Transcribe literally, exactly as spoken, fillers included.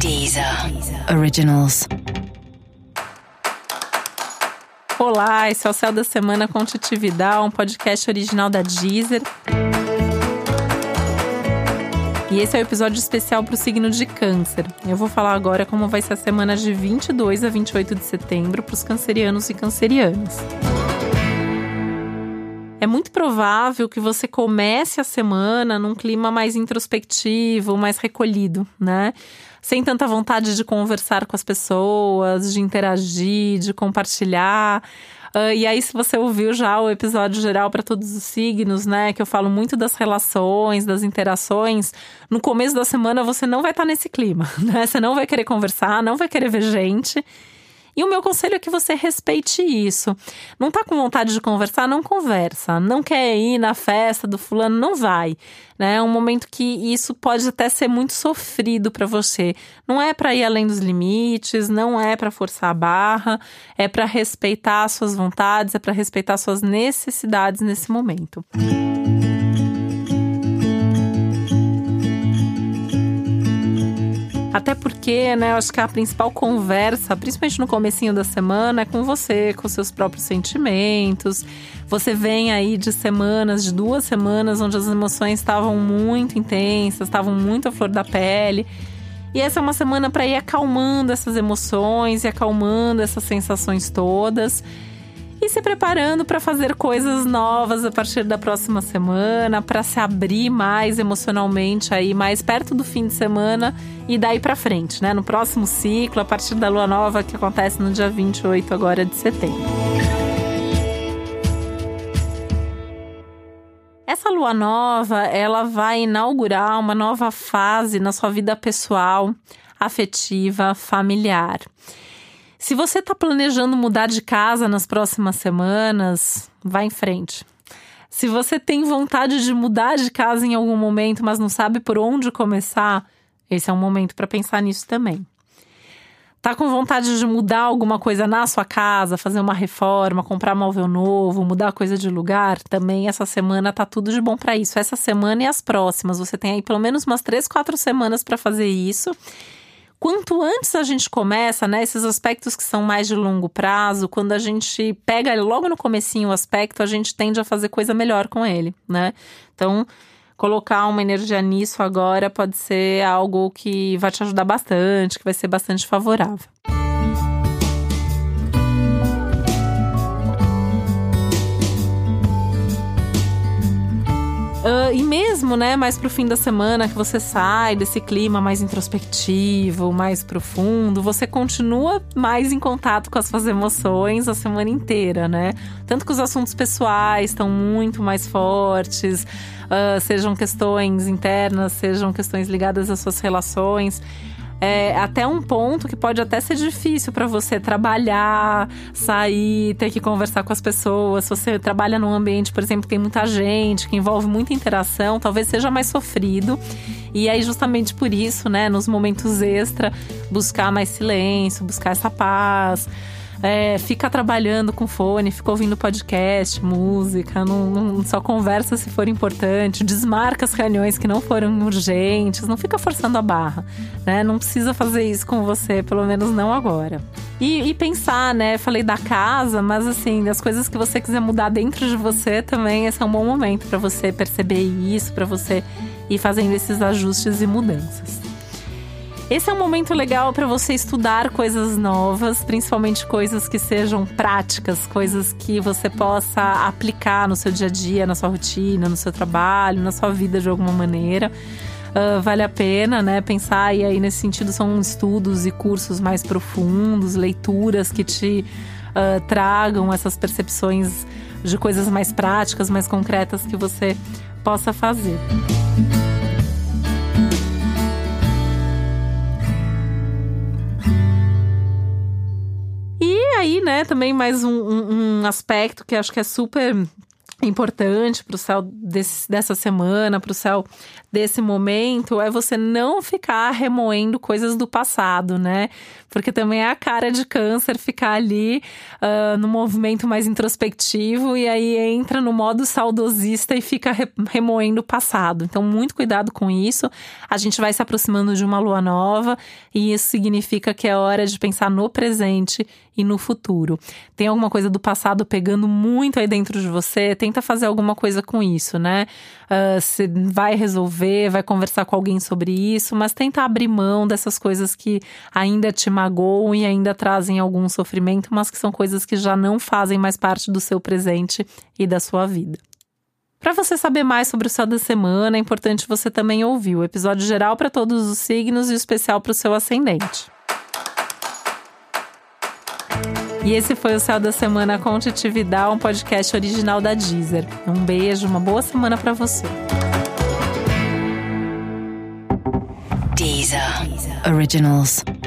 Deezer Originals. Olá, esse é o Céu da Semana com Titi Vidal, um podcast original da Deezer. E esse é o episódio especial para o signo de Câncer. Eu vou falar agora como vai ser a semana de vinte e dois a vinte e oito de setembro para os cancerianos e cancerianas. É muito provável que você comece a semana num clima mais introspectivo, mais recolhido, né? Sem tanta vontade de conversar com as pessoas, de interagir, de compartilhar. Uh, e aí, se você ouviu já o episódio geral para todos os signos, né? Que eu falo muito das relações, das interações. No começo da semana você não vai estar nesse clima, né? Você não vai querer conversar, não vai querer ver gente. E o meu conselho é que você respeite isso. Não tá com vontade de conversar? Não conversa. Não quer ir na festa do fulano? Não vai. Né? É um momento que isso pode até ser muito sofrido para você. Não é para ir além dos limites, não é para forçar a barra, é para respeitar as suas vontades, é para respeitar as suas necessidades nesse momento. Até porque, né, eu acho que a principal conversa, principalmente no comecinho da semana, é com você, com seus próprios sentimentos. Você vem aí de semanas, de duas semanas, onde as emoções estavam muito intensas, estavam muito à flor da pele. E essa é uma semana para ir acalmando essas emoções e acalmando essas sensações todas. E se preparando para fazer coisas novas a partir da próxima semana, para se abrir mais emocionalmente aí, mais perto do fim de semana e daí para frente, né? No próximo ciclo, a partir da lua nova que acontece no dia vinte e oito agora de setembro. Essa lua nova, ela vai inaugurar uma nova fase na sua vida pessoal, afetiva, familiar. Se você está planejando mudar de casa nas próximas semanas, vá em frente. Se você tem vontade de mudar de casa em algum momento, mas não sabe por onde começar, esse é um momento para pensar nisso também. Tá com vontade de mudar alguma coisa na sua casa, fazer uma reforma, comprar móvel novo, mudar coisa de lugar? Também essa semana tá tudo de bom para isso. Essa semana e as próximas, você tem aí pelo menos umas três, quatro semanas para fazer isso. Quanto antes a gente começa, né, esses aspectos que são mais de longo prazo, quando a gente pega logo no comecinho o aspecto, a gente tende a fazer coisa melhor com ele, né? Então, colocar uma energia nisso agora pode ser algo que vai te ajudar bastante, que vai ser bastante favorável. Uh, e mesmo, né, mais pro fim da semana que você sai desse clima mais introspectivo, mais profundo, você continua mais em contato com as suas emoções a semana inteira, né? Tanto que os assuntos pessoais estão muito mais fortes, uh, sejam questões internas, sejam questões ligadas às suas relações. É, até um ponto que pode até ser difícil para você trabalhar, sair, ter que conversar com as pessoas. Se você trabalha num ambiente, por exemplo, que tem muita gente, que envolve muita interação, talvez seja mais sofrido. E aí, justamente por isso, né, nos momentos extra, buscar mais silêncio, buscar essa paz. É, fica trabalhando com fone, fica ouvindo podcast, música, não, não, só conversa se for importante, desmarca as reuniões que não foram urgentes, não fica forçando a barra, né? Não precisa fazer isso com você, pelo menos não agora. E, e pensar, né? Falei da casa, mas assim, das coisas que você quiser mudar dentro de você também, esse é um bom momento para você perceber isso, para você ir fazendo esses ajustes e mudanças. Esse é um momento legal para você estudar coisas novas, principalmente coisas que sejam práticas, coisas que você possa aplicar no seu dia a dia, na sua rotina, no seu trabalho, na sua vida de alguma maneira. Uh, vale a pena, né, pensar, e aí nesse sentido são estudos e cursos mais profundos, leituras que te uh, tragam essas percepções de coisas mais práticas, mais concretas que você possa fazer. E aí, né, também mais um, um, um aspecto que acho que é super importante para o céu desse, dessa semana, para o céu desse momento, é você não ficar remoendo coisas do passado, né? Porque também é a cara de Câncer ficar ali uh, no movimento mais introspectivo e aí entra no modo saudosista e fica re remoendo o passado. Então, muito cuidado com isso. A gente vai se aproximando de uma lua nova e isso significa que é hora de pensar no presente e no futuro. Tem alguma coisa do passado pegando muito aí dentro de você? Tenta fazer alguma coisa com isso, né? Uh, você vai resolver, vai conversar com alguém sobre isso, mas tenta abrir mão dessas coisas que ainda te magoam e ainda trazem algum sofrimento, mas que são coisas que já não fazem mais parte do seu presente e da sua vida. Para você saber mais sobre o céu da semana, é importante você também ouvir o episódio geral para todos os signos e o especial para o seu ascendente. E esse foi o Céu da Semana com Titi Vidal, um podcast original da Deezer. Um beijo, uma boa semana para você. Deezer. Originals.